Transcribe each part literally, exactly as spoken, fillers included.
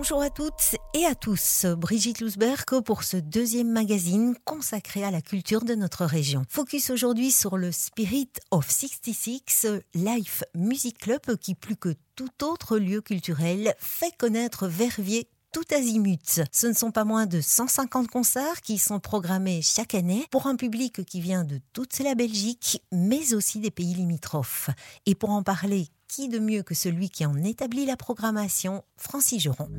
Bonjour à toutes et à tous, Brigitte Lousberg pour ce deuxième magazine consacré à la culture de notre région. Focus aujourd'hui sur le Spirit of soixante-six, Live Music Club qui plus que tout autre lieu culturel fait connaître Verviers tout azimut. Ce ne sont pas moins de cent cinquante concerts qui sont programmés chaque année pour un public qui vient de toute la Belgique, mais aussi des pays limitrophes. Et pour en parler, qui de mieux que celui qui en établit la programmation, Francis Geron.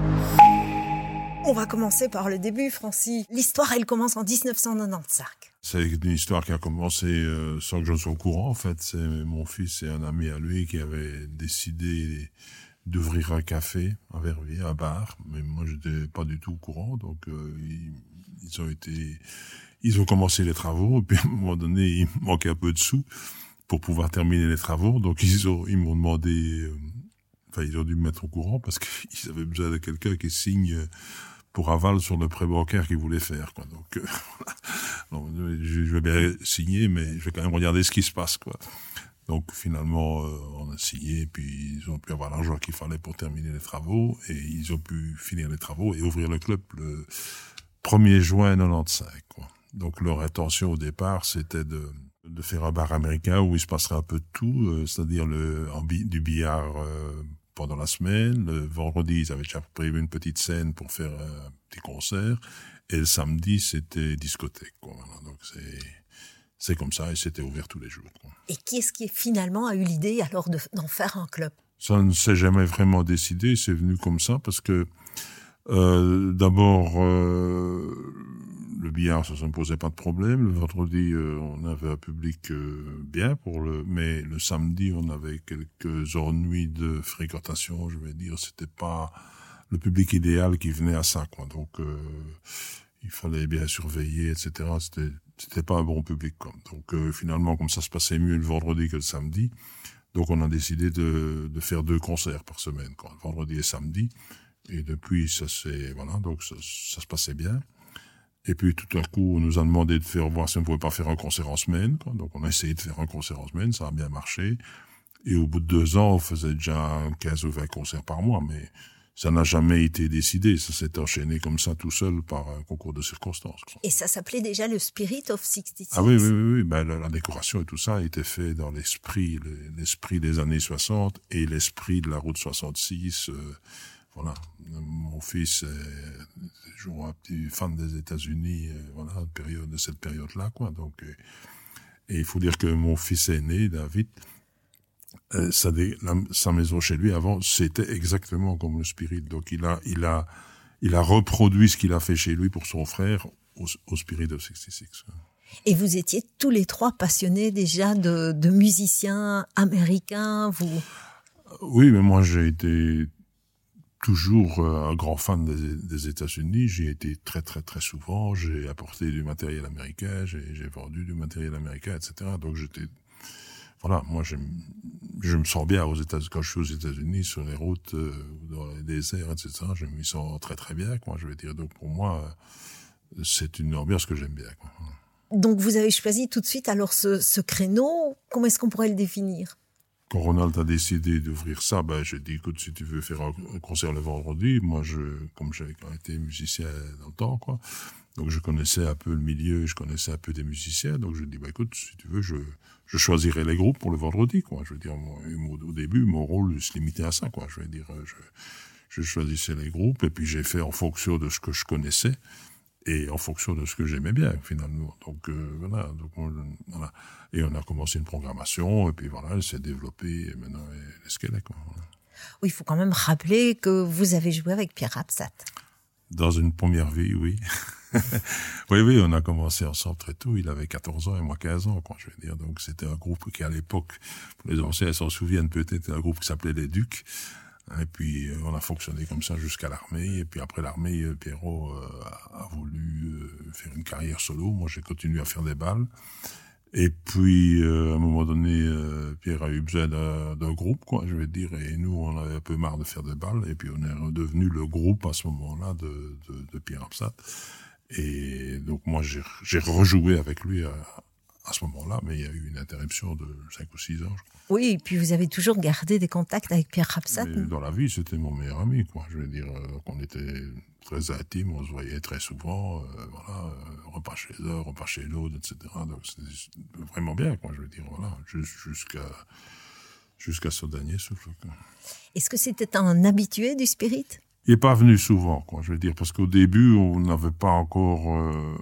On va commencer par le début, Francis. L'histoire, elle commence en dix-neuf cent quatre-vingt-quinze. C'est une histoire qui a commencé euh, sans que je sois au courant, en fait. C'est mon fils et un ami à lui qui avaient décidé d'ouvrir un café à Verviers, un bar, mais moi j'étais pas du tout au courant, donc euh, ils, ils ont été, ils ont commencé les travaux, et puis à un moment donné il manquait un peu de sous pour pouvoir terminer les travaux, donc ils ont, ils m'ont demandé, euh, enfin ils ont dû me mettre au courant parce qu'ils avaient besoin de quelqu'un qui signe pour aval sur le prêt bancaire qu'ils voulaient faire, quoi. Donc euh, voilà. Donc, je, je vais bien signer, mais je vais quand même regarder ce qui se passe, quoi. Donc finalement, euh, on a signé, puis ils ont pu avoir l'argent qu'il fallait pour terminer les travaux, et ils ont pu finir les travaux et ouvrir le club le premier juin quatre-vingt-quinze, quoi. Donc leur intention au départ, c'était de, de faire un bar américain où il se passerait un peu de tout, euh, c'est-à-dire le, en, du billard euh, pendant la semaine. Le vendredi, ils avaient déjà prévu une petite scène pour faire un petit concert, et le samedi, c'était discothèque, quoi. Voilà, donc c'est... C'est comme ça, et c'était ouvert tous les jours, quoi. Et qui est-ce qui finalement a eu l'idée alors de, d'en faire un club? Ça ne s'est jamais vraiment décidé, c'est venu comme ça, parce que euh, d'abord, euh, le billard, ça ne me posait pas de problème. Le vendredi, euh, on avait un public euh, bien, pour le, mais le samedi, on avait quelques ennuis de fréquentation, je vais dire. C'était pas le public idéal qui venait à ça, quoi. Donc, euh, il fallait bien surveiller, et cetera. C'était C'était pas un bon public, quoi. Donc euh, finalement, comme ça se passait mieux le vendredi que le samedi, donc on a décidé de, de faire deux concerts par semaine, quoi, vendredi et samedi. Et depuis, ça c'est voilà, donc ça, ça se passait bien. Et puis tout à coup, on nous a demandé de faire voir si on pouvait pas faire un concert en semaine, quoi. Donc on a essayé de faire un concert en semaine, ça a bien marché. Et au bout de deux ans, on faisait déjà quinze ou vingt concerts par mois, mais ça n'a jamais été décidé, ça s'est enchaîné comme ça tout seul par un concours de circonstances, quoi. Et ça s'appelait déjà le Spirit of soixante-six. Ah oui, oui, oui, oui. Ben, la, la décoration et tout ça a été fait dans l'esprit, l'esprit des années soixante et l'esprit de la route soixante-six. Euh, voilà. Mon fils est toujours un petit fan des États-Unis, euh, voilà, de, période, de cette période-là, quoi. Donc, euh, et il faut dire que mon fils aîné, David, Euh, sa, dé, la, sa maison chez lui avant, c'était exactement comme le Spirit. Donc il a, il a, il a reproduit ce qu'il a fait chez lui pour son frère au, au Spirit of soixante-six. Et vous étiez tous les trois passionnés déjà de, de musiciens américains, vous? Oui, mais moi j'ai été toujours un grand fan des, des États-Unis. J'y ai été très très très souvent. J'ai apporté du matériel américain, j'ai, j'ai vendu du matériel américain, et cetera. Donc j'étais Voilà, moi je, je me sens bien aux États-Unis quand je suis aux États-Unis sur les routes, euh, dans les déserts, et cetera. Je m'y sens très très bien, quoi. Je vais dire, donc pour moi, c'est une ambiance que j'aime bien, quoi. Donc vous avez choisi tout de suite alors ce, ce créneau. Comment est-ce qu'on pourrait le définir? Quand Ronald a décidé d'ouvrir ça, ben j'ai dit, écoute, si tu veux faire un, un concert le vendredi, moi je, comme j'avais quand même été musicien dans le temps, quoi. Donc je connaissais un peu le milieu, je connaissais un peu des musiciens, donc je dis bah écoute, si tu veux, je je choisirai les groupes pour le vendredi, quoi. Je veux dire, moi, au début, mon rôle se limitait à ça, quoi. Je veux dire, je je choisissais les groupes et puis j'ai fait en fonction de ce que je connaissais et en fonction de ce que j'aimais bien finalement. Donc euh, voilà, donc on, voilà. Et on a commencé une programmation et puis voilà, elle s'est développée et maintenant elle est ce qu'elle est, quoi. Voilà. Oui, il faut quand même rappeler que vous avez joué avec Pierre Absat. Dans une première vie, oui. oui, oui, on a commencé ensemble très tôt. Il avait quatorze ans et moi quinze ans, quoi, je veux dire. Donc, c'était un groupe qui, à l'époque, pour les anciens s'en souviennent peut-être, un groupe qui s'appelait Les Ducs. Et puis, euh, on a fonctionné comme ça jusqu'à l'armée. Et puis, après l'armée, euh, Pierrot euh, a, a voulu euh, faire une carrière solo. Moi, j'ai continué à faire des balles. Et puis, euh, à un moment donné, euh, Pierre a eu besoin d'un, d'un groupe, quoi, je vais dire, et nous, on avait un peu marre de faire des balles, et puis on est redevenu le groupe à ce moment-là de, de, de Pierre Absat. Et donc moi, j'ai, j'ai rejoué avec lui à, à ce moment-là, mais il y a eu une interruption de cinq ou six ans, je crois. Oui, et puis vous avez toujours gardé des contacts avec Pierre Rapsat. Mais dans la vie, c'était mon meilleur ami, quoi. Je veux dire, euh, on était très intimes, on se voyait très souvent, euh, voilà, euh, repas chez eux, repas chez l'autre, et cetera. Donc c'était vraiment bien, quoi. Je veux dire, voilà, jusqu'à jusqu'à ce dernier souffle, quoi. Est-ce que c'était un habitué du Spirit? Il n'est pas venu souvent, quoi. Je veux dire, parce qu'au début, on n'avait pas encore. Euh,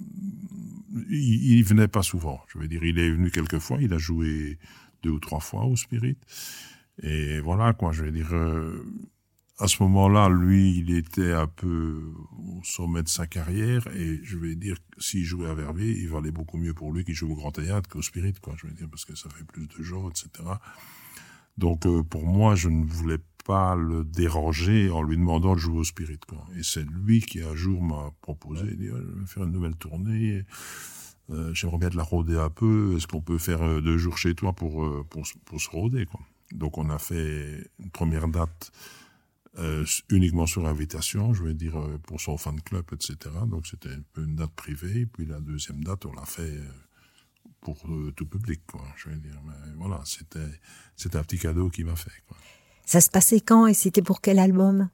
il, il venait pas souvent. Je veux dire, il est venu quelques fois. Il a joué deux ou trois fois au Spirit. Et voilà, quoi. Je veux dire, euh, à ce moment-là, lui, il était un peu au sommet de sa carrière. Et je vais dire, s'il jouait à Verviers, il valait beaucoup mieux pour lui qu'il joue au Grand Théâtre qu'au Spirit, quoi. Je veux dire, parce que ça fait plus de gens, et cetera. Donc, euh, pour moi, je ne voulais pas le déranger en lui demandant de jouer au Spirit, quoi. Et c'est lui qui, un jour, m'a proposé, il dit, ouais, je vais faire une nouvelle tournée. Euh, j'aimerais bien te la rôder un peu. Est-ce qu'on peut faire euh, deux jours chez toi pour, euh, pour, pour se rôder, quoi. Donc on a fait une première date euh, uniquement sur invitation, je veux dire, euh, pour son fan club, et cetera. Donc c'était un peu une date privée. Puis la deuxième date, on l'a fait euh, pour euh, tout public, quoi. Je veux dire, mais voilà, c'était, c'était un petit cadeau qu'il m'a fait, quoi. Ça se passait quand et c'était pour quel album?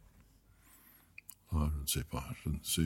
Ah, je ne sais pas. Je ne sais.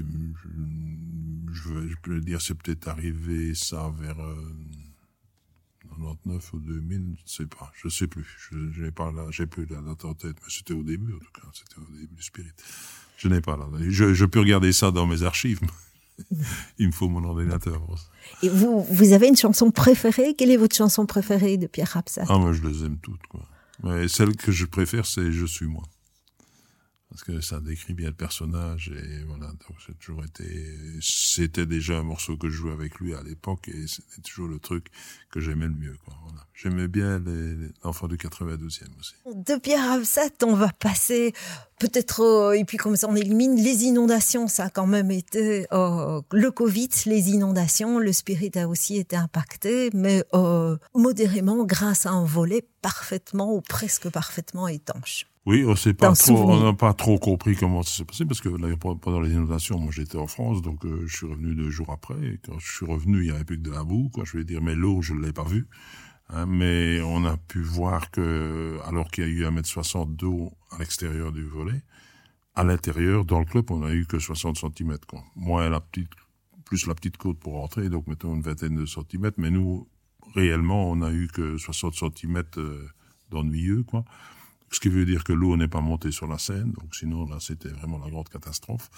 Je, je, veux, je peux dire, c'est peut-être arrivé ça vers euh, quatre-vingt-dix-neuf ou deux mille, je ne sais pas. Je ne sais plus. Je n'ai pas là, j'ai plus la date en tête, mais c'était au début, en tout cas. C'était au début du Spirit. Je n'ai pas là. Je, je peux regarder ça dans mes archives. Il me faut mon ordinateur. Et vous, vous avez une chanson préférée? Quelle est votre chanson préférée de Pierre Rapsat? Ah, moi, je les aime toutes, quoi. Mais celle que je préfère, c'est Je suis moi. Parce que ça décrit bien le personnage et voilà, donc j'ai toujours été, c'était déjà un morceau que je jouais avec lui à l'époque et c'était toujours le truc que j'aimais le mieux, quoi. Voilà. J'aimais bien les, les enfants du quatre-vingt-douzième aussi. De Pierre Rapsat, on va passer peut-être, euh, et puis comme ça on élimine les inondations, ça a quand même été euh, le Covid, les inondations, le Spirit a aussi été impacté, mais euh, modérément grâce à un volet parfaitement ou presque parfaitement étanche. Oui, on sait pas trop, on n'a pas trop compris comment ça s'est passé parce que là, pendant les inondations, moi j'étais en France, donc euh, je suis revenu deux jours après. Et quand je suis revenu, il y avait plus que de la boue, quoi. Je vais dire, mais l'eau, je l'ai pas vue. Hein, mais on a pu voir que, alors qu'il y a eu un mètre soixante d'eau à l'extérieur du volet, à l'intérieur, dans le club, on a eu que soixante centimètres, quoi. Moins la petite, plus la petite côte pour rentrer, donc mettons une vingtaine de centimètres. Mais nous, réellement, on a eu que soixante centimètres euh, d'ennuyeux, quoi. Ce qui veut dire que l'eau n'est pas montée sur la Seine, donc sinon là c'était vraiment la grande catastrophe.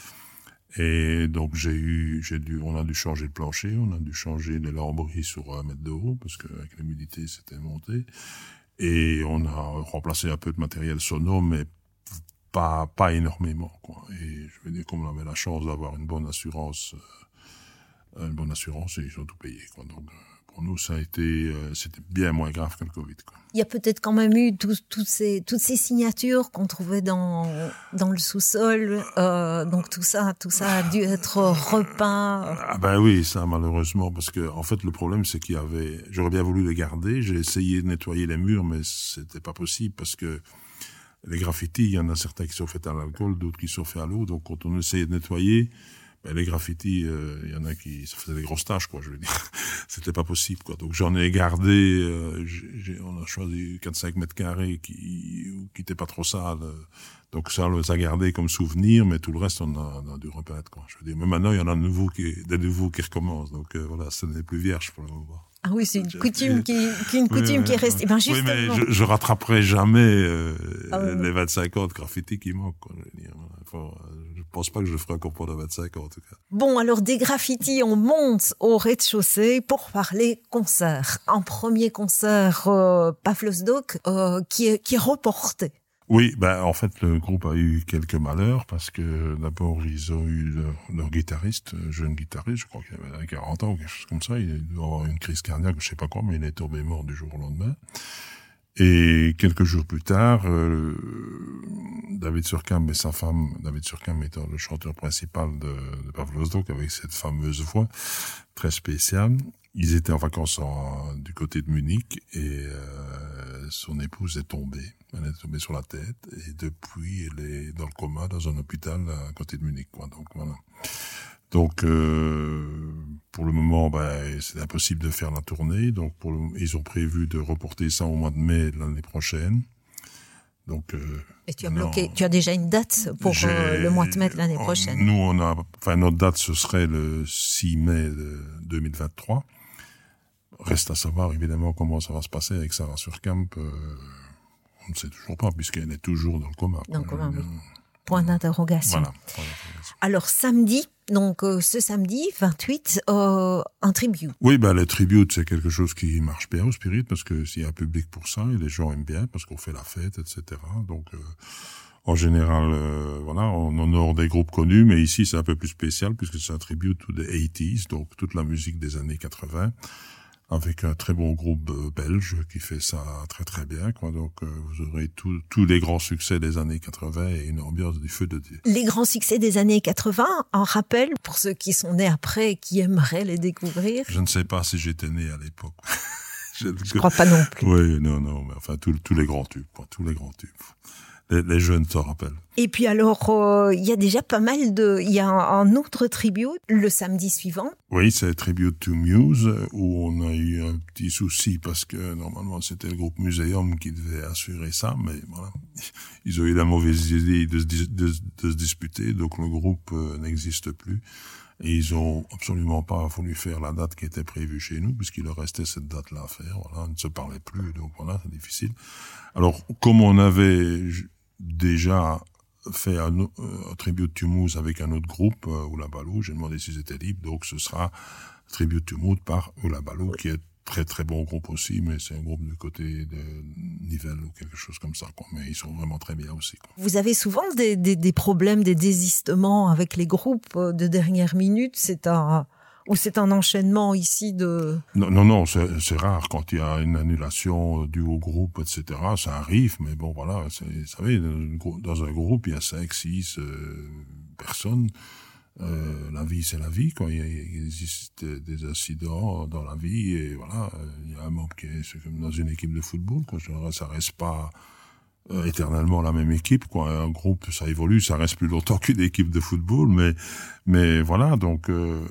Et donc j'ai eu, j'ai dû, on a dû changer le plancher, on a dû changer les lambris sur un mètre de haut parce qu'avec l'humidité c'était monté. Et on a remplacé un peu de matériel sonore, mais pas pas énormément, quoi. Et je veux dire, comme on avait la chance d'avoir une bonne assurance, euh, une bonne assurance, et ils ont tout payé, quoi. Donc pour nous, ça a été, euh, c'était bien moins grave que le Covid, quoi. Il y a peut-être quand même eu tout, tout ces, toutes ces signatures qu'on trouvait dans, dans le sous-sol. Euh, donc tout ça, tout ça a dû être repeint. Ah ben oui, ça malheureusement, parce que en fait le problème c'est qu'il y avait, j'aurais bien voulu les garder. J'ai essayé de nettoyer les murs, mais c'était pas possible parce que les graffitis, il y en a certains qui sont faits à l'alcool, d'autres qui sont faits à l'eau. Donc quand on essayait de nettoyer, ben, les graffitis, euh, il y en a qui, ça faisait des grosses taches, quoi, je veux dire. C'était pas possible, quoi. Donc, j'en ai gardé, euh, j'ai, on a choisi quatre cinq mètres carrés qui, qui étaient pas trop sales. Donc, ça, on les a gardés comme souvenir, mais tout le reste, on a, on a dû repeindre, quoi. Je veux dire. Mais maintenant, il y en a de nouveaux qui, des nouveaux qui recommencent. Donc, euh, voilà, ce n'est plus vierge pour le moment. Ah oui, c'est une coutume qui, qui une coutume oui, qui reste. Oui, eh ben justement. Oui, mais je, je rattraperai jamais euh, ah, oui. les vingt-cinq ans de graffiti qui manquent, quoi. Je veux dire, faut, je pense pas que je le ferai encore pour les vingt-cinq ans, en tout cas. Bon, alors des graffitis, on monte au rez-de-chaussée pour parler concert. Un premier concert, euh, Pavlos Doc, euh, qui est, qui est reporté. Oui, ben en fait le groupe a eu quelques malheurs parce que d'abord ils ont eu leur, leur guitariste, jeune guitariste, je crois qu'il avait quarante ans ou quelque chose comme ça, il a dû avoir une crise cardiaque, je sais pas quoi, mais il est tombé mort du jour au lendemain. Et quelques jours plus tard, euh, David Surkamp et sa femme, David Surkamp étant le chanteur principal de, de Pavlos Doc avec cette fameuse voix très spéciale, ils étaient en vacances en, du côté de Munich et euh, son épouse est tombée. Elle est tombée sur la tête et depuis elle est dans le coma dans un hôpital à côté de Munich, quoi. Donc voilà. Donc euh, pour le moment malheureusement, ben, c'est impossible de faire la tournée. Donc, pour le, ils ont prévu de reporter ça au mois de mai de l'année prochaine. Donc, euh, et tu as bloqué, tu as déjà une date pour euh, le mois de mai de l'année prochaine? Nous, on a, enfin, notre date, ce serait le six mai deux mille vingt-trois. Reste à savoir, évidemment, comment ça va se passer avec Sarah Surkamp. Euh, on ne sait toujours pas, puisqu'elle est toujours dans le coma. Dans le coma, oui. Point d'interrogation. Voilà. Point d'interrogation. Alors, samedi, donc euh, ce samedi, vingt-huit, euh, un tribute. Oui, ben, les tributes, c'est quelque chose qui marche bien au Spirit, parce que s'il y a un public pour ça, et les gens aiment bien, parce qu'on fait la fête, et cetera. Donc, euh, en général, euh, voilà, on honore des groupes connus, mais ici, c'est un peu plus spécial, puisque c'est un tribute to the eighties, donc toute la musique des années quatre-vingts. Avec un très bon groupe belge qui fait ça très très bien, quoi. Donc euh, vous aurez tous tous les grands succès des années quatre-vingts et une ambiance du feu de Dieu. Les grands succès des années quatre-vingts, en rappel pour ceux qui sont nés après et qui aimeraient les découvrir. Je ne sais pas si j'étais né à l'époque. Je ne crois pas non plus. Oui, non, non, mais enfin tous tous les grands tubes, quoi, tous les grands tubes. Les, les jeunes s'en rappellent. Et puis alors, il euh, y a déjà pas mal de... Il y a un, un autre tribute le samedi suivant. Oui, c'est Tribute to Muse, où on a eu un petit souci parce que normalement c'était le groupe Muséum qui devait assurer ça, mais voilà, ils ont eu la mauvaise idée de, de, de, de se disputer, donc le groupe euh, n'existe plus. Et ils ont absolument pas voulu faire la date qui était prévue chez nous, puisqu'il leur restait cette date-là à faire. Voilà, on ne se parlait plus, donc voilà, c'est difficile. Alors, comme on avait déjà fait un, un Tribute to Muse avec un autre groupe, euh, Oula Balou, j'ai demandé s'ils étaient libres, donc ce sera Tribute to Muse par Oula Balou, qui est très très bon groupe aussi, mais c'est un groupe du côté de Nivelles ou quelque chose comme ça, quoi. Mais ils sont vraiment très bien aussi, quoi. Vous avez souvent des, des, des problèmes, des désistements avec les groupes de dernière minute. C'est un ou c'est un enchaînement ici de... Non, non, non, c'est, c'est rare quand il y a une annulation due au groupe, et cetera. Ça arrive, mais bon, voilà, c'est, vous savez, dans un groupe, il y a cinq, six euh, personnes. Euh, la vie, c'est la vie, quoi. Il, il existe des incidents dans la vie, et voilà, il y a un membre qui est, c'est comme dans une équipe de football, quoi. Ça reste pas euh, éternellement la même équipe, quoi. Un groupe, ça évolue, ça reste plus longtemps qu'une équipe de football, mais, mais voilà, donc, euh,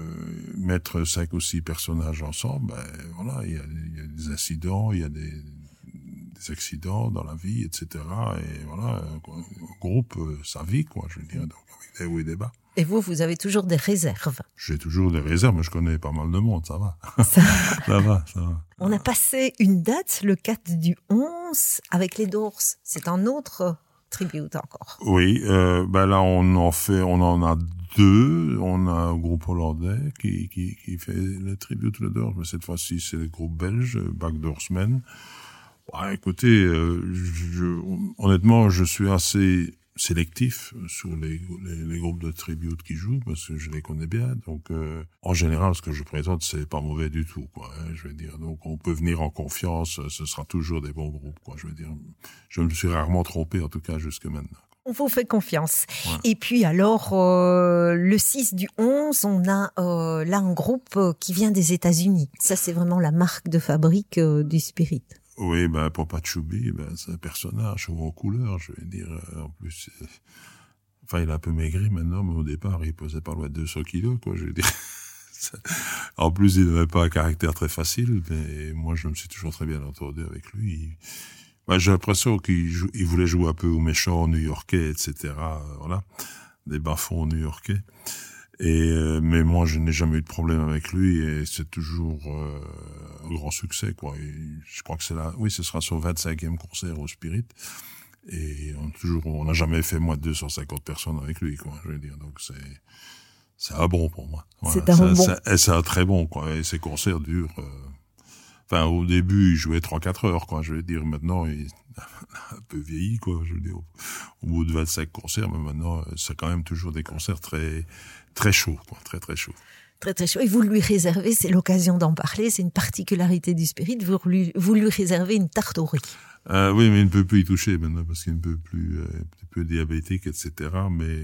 mettre cinq ou six personnages ensemble, ben, voilà, il y a, il y a des incidents, il y a des, des accidents dans la vie, et cetera. Et voilà, un groupe, ça vit, quoi, je veux dire, donc, avec des hauts et des bas. Et vous, vous avez toujours des réserves? J'ai toujours des réserves, mais je connais pas mal de monde, ça va. Ça, ça va, ça va. On a passé une date, le quatre du onze, avec les Doors. C'est un autre tribute encore. Oui, euh, ben là, on en fait, on en a deux. On a un groupe hollandais qui, qui, qui fait le tribute aux Doors, mais cette fois-ci, c'est le groupe belge, Backdoorsmen. Ouais, écoutez, euh, je, honnêtement, je suis assez sélectif sur les, les, les groupes de tribute qui jouent, parce que je les connais bien. Donc, euh, en général, ce que je présente, c'est pas mauvais du tout, quoi, hein, je veux dire. Donc, on peut venir en confiance, ce sera toujours des bons groupes, quoi, je veux dire. Je me suis rarement trompé, en tout cas, jusque maintenant. On vous fait confiance. Ouais. Et puis alors, euh, le six du onze, on a euh, là un groupe qui vient des États-Unis. Ça, c'est vraiment la marque de fabrique euh, du Spirit. Oui, ben, Papa Chubby, ben, c'est un personnage ou en couleur, je veux dire. En plus, euh, enfin, il a un peu maigri maintenant, mais au départ, il pesait pas loin de deux cents kilos, quoi, je veux dire. En plus, il n'avait pas un caractère très facile, mais moi, je me suis toujours très bien entendu avec lui. Il... Ben, j'ai l'impression qu'il jou... il voulait jouer un peu au méchant new-yorkais, et cetera. Voilà. Des bas-fonds new-yorkais. Et euh, mais moi je n'ai jamais eu de problème avec lui et c'est toujours euh, un grand succès, quoi. Et je crois que c'est là, oui, ce sera son vingt-cinquième concert au Spirit et on toujours on n'a jamais fait moins de deux cent cinquante personnes avec lui, quoi, je veux dire. Donc c'est c'est un bon pour moi. Voilà. C'est un c'est, bon. C'est, c'est un très bon, quoi. Et ses concerts durent. Euh, Enfin, au début, il jouait trois quatre heures, quoi. Je veux dire, maintenant, il a un peu vieilli, quoi. Je veux dire, au, au bout de vingt-cinq concerts, mais maintenant, c'est quand même toujours des concerts très, très chauds, quoi. Très, très chauds. Très, très chaud. Et vous lui réservez, c'est l'occasion d'en parler, c'est une particularité du Spirit, vous lui, vous lui réservez une tarte au riz. Euh, oui, mais il ne peut plus y toucher maintenant, parce qu'il ne peut plus, euh, un petit peu diabétique, et cetera. Mais,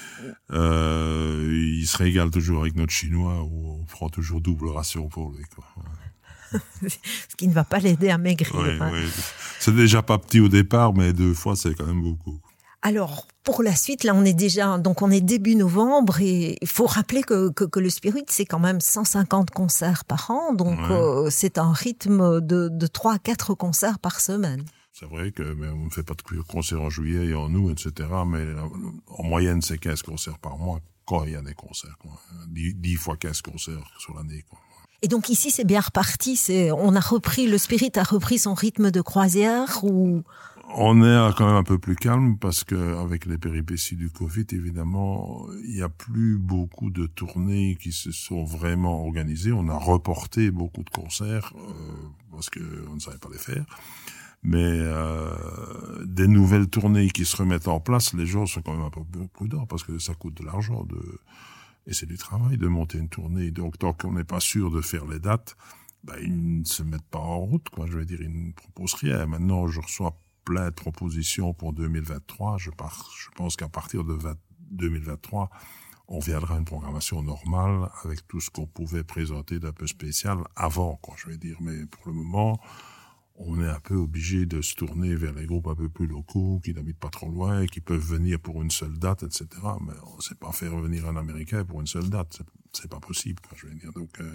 euh, il se régale toujours avec notre chinois, où on prend toujours double ration pour lui, quoi. Ouais. Ce qui ne va pas l'aider à maigrir. Oui, hein. oui. C'est déjà pas petit au départ, mais deux fois, c'est quand même beaucoup. Alors, pour la suite, là, on est déjà, donc on est début novembre et il faut rappeler que, que, que le Spirit, c'est quand même cent cinquante concerts par an. Donc, ouais. euh, c'est un rythme de, de trois à quatre concerts par semaine. C'est vrai que, mais on ne fait pas de concerts en juillet et en août, et cetera. Mais en moyenne, c'est quinze concerts par mois quand il y a des concerts, quoi. dix fois quinze concerts sur l'année, quoi. Et donc ici, c'est bien reparti. C'est, on a repris, le Spirit a repris son rythme de croisière ou... On est quand même un peu plus calme parce que avec les péripéties du Covid, évidemment, il n'y a plus beaucoup de tournées qui se sont vraiment organisées. On a reporté beaucoup de concerts euh, parce que on ne savait pas les faire. Mais euh, des nouvelles tournées qui se remettent en place, les gens sont quand même un peu prudents parce que ça coûte de l'argent de et c'est du travail de monter une tournée. Donc tant qu'on n'est pas sûr de faire les dates, ben, ils ne se mettent pas en route, quoi. Je veux dire, ils ne proposent rien. Maintenant, je reçois plein de propositions pour deux mille vingt-trois. Je, pars, je pense qu'à partir de vingt, deux mille vingt-trois, on viendra à une programmation normale avec tout ce qu'on pouvait présenter d'un peu spécial avant, quoi. Je veux dire, mais pour le moment, on est un peu obligé de se tourner vers les groupes un peu plus locaux, qui n'habitent pas trop loin, qui peuvent venir pour une seule date, et cetera. Mais on ne sait pas faire venir un Américain pour une seule date. C'est, c'est pas possible, quoi, je veux dire. Donc, euh,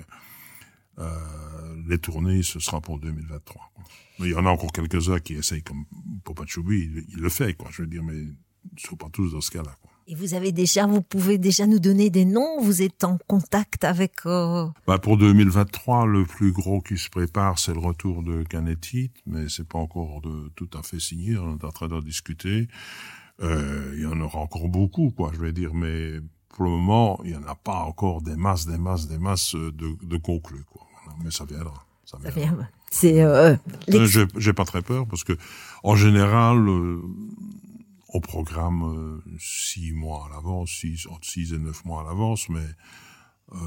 euh, les tournées, ce sera pour deux mille vingt-trois, quoi. Mais il y en a encore quelques-uns qui essayent, comme Papa Chubby, il, il le fait, quoi, je veux dire, mais ils ne sont pas tous dans ce cas-là, quoi. Et vous avez déjà, vous pouvez déjà nous donner des noms? Vous êtes en contact avec... Euh... Bah pour deux mille vingt-trois, le plus gros qui se prépare, c'est le retour de Canetti, mais c'est pas encore de, tout à fait signé. On est en train d'en discuter. Euh, il y en aura encore beaucoup, quoi, je vais dire, mais pour le moment, il y en a pas encore des masses, des masses, des masses de, de conclus, quoi. Voilà, mais ça viendra. Ça viendra. Ça vient. C'est. Euh, euh, j'ai, j'ai pas très peur parce que, en général. Euh, On programme euh, six mois à l'avance, six, entre six et neuf mois à l'avance, mais euh,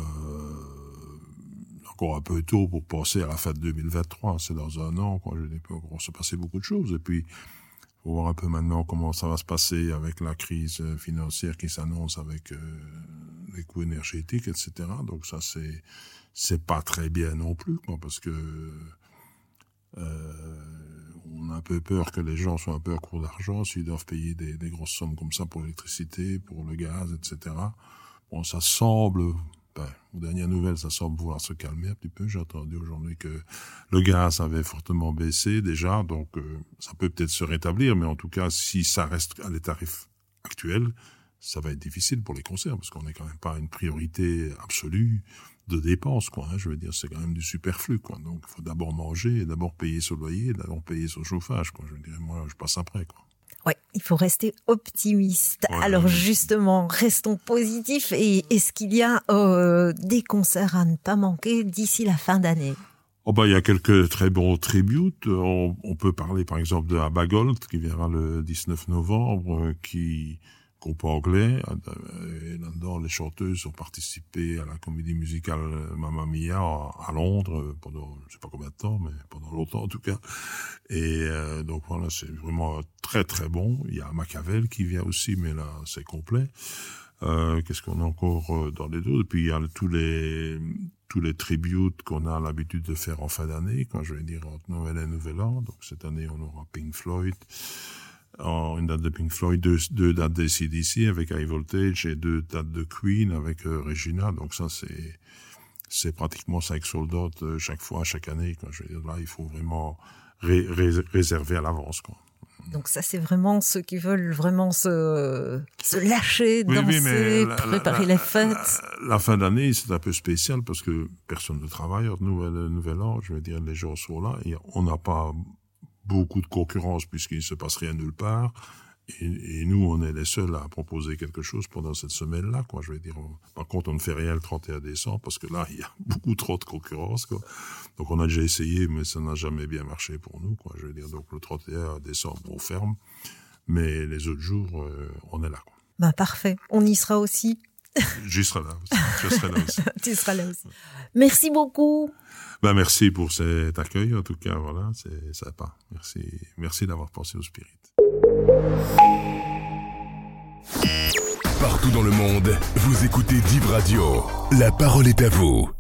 encore un peu tôt pour penser à la fin de deux mille vingt-trois. C'est dans un an, quoi. Je dis, il va se passer beaucoup de choses. Et puis, il faut voir un peu maintenant comment ça va se passer avec la crise financière qui s'annonce avec euh, les coûts énergétiques, et cetera. Donc ça, c'est c'est pas très bien non plus, quoi, parce que euh, on a un peu peur que les gens soient un peu à court d'argent s'ils doivent payer des, des grosses sommes comme ça pour l'électricité, pour le gaz, et cetera. Bon, ça semble, ben, aux dernières nouvelles, ça semble pouvoir se calmer un petit peu. J'ai entendu aujourd'hui que le gaz avait fortement baissé déjà, donc euh, ça peut peut-être se rétablir, mais en tout cas, si ça reste à des tarifs actuels, ça va être difficile pour les concerts, parce qu'on n'est quand même pas une priorité absolue de dépenses, quoi, hein, je veux dire, c'est quand même du superflu, quoi. Donc, il faut d'abord manger, et d'abord payer son loyer, et d'abord payer son chauffage, quoi. Je veux dire, moi, je passe après, quoi. Ouais, il faut rester optimiste. Ouais, Alors, ouais. justement, restons positifs. Et est-ce qu'il y a euh, des concerts à ne pas manquer d'ici la fin d'année? Oh bah, il y a quelques très bons tributes. On, on peut parler, par exemple, de Abba Gold, qui viendra le dix-neuf novembre, qui groupe anglais, et là-dedans les chanteuses ont participé à la comédie musicale Mamma Mia à Londres pendant je sais pas combien de temps, mais pendant longtemps en tout cas. Et euh, donc voilà, c'est vraiment très très bon. Il y a Machiavel qui vient aussi, mais là c'est complet. Euh, qu'est-ce qu'on a encore dans les deux? Et puis il y a tous les tous les tributes qu'on a l'habitude de faire en fin d'année, quand je vais dire entre Noël et Nouvel An. Donc cette année on aura Pink Floyd. En une date de Pink Floyd, deux, deux dates des A C D C avec High Voltage et deux dates de Queen avec euh, Regina. Donc ça, c'est c'est pratiquement cinq sold out euh, chaque fois, chaque année. Quoi. Je veux dire, là, il faut vraiment ré, ré, réserver à l'avance, quoi. Donc ça, c'est vraiment ceux qui veulent vraiment se, se lâcher, oui, danser, oui, mais la, préparer la, les fêtes. La, la fin d'année, c'est un peu spécial parce que personne ne travaille. Nouvel, nouvel an, je veux dire, les gens sont là et on n'a pas beaucoup de concurrence puisqu'il ne se passe rien nulle part. Et, et nous, on est les seuls à proposer quelque chose pendant cette semaine-là, quoi. Je veux dire, on, par contre, on ne fait rien le trente et un décembre parce que là, il y a beaucoup trop de concurrence, quoi. Donc, on a déjà essayé, mais ça n'a jamais bien marché pour nous, quoi. Je veux dire, donc le trente et un décembre, on ferme. Mais les autres jours, euh, on est là, quoi. Ben, parfait. On y sera aussi. J'y serai là aussi. Je serai là aussi. Tu seras là aussi. Merci beaucoup. Ben, merci pour cet accueil, en tout cas, voilà, c'est sympa. Merci, merci d'avoir pensé au Spirit. Partout dans le monde, vous écoutez Div Radio. La parole est à vous.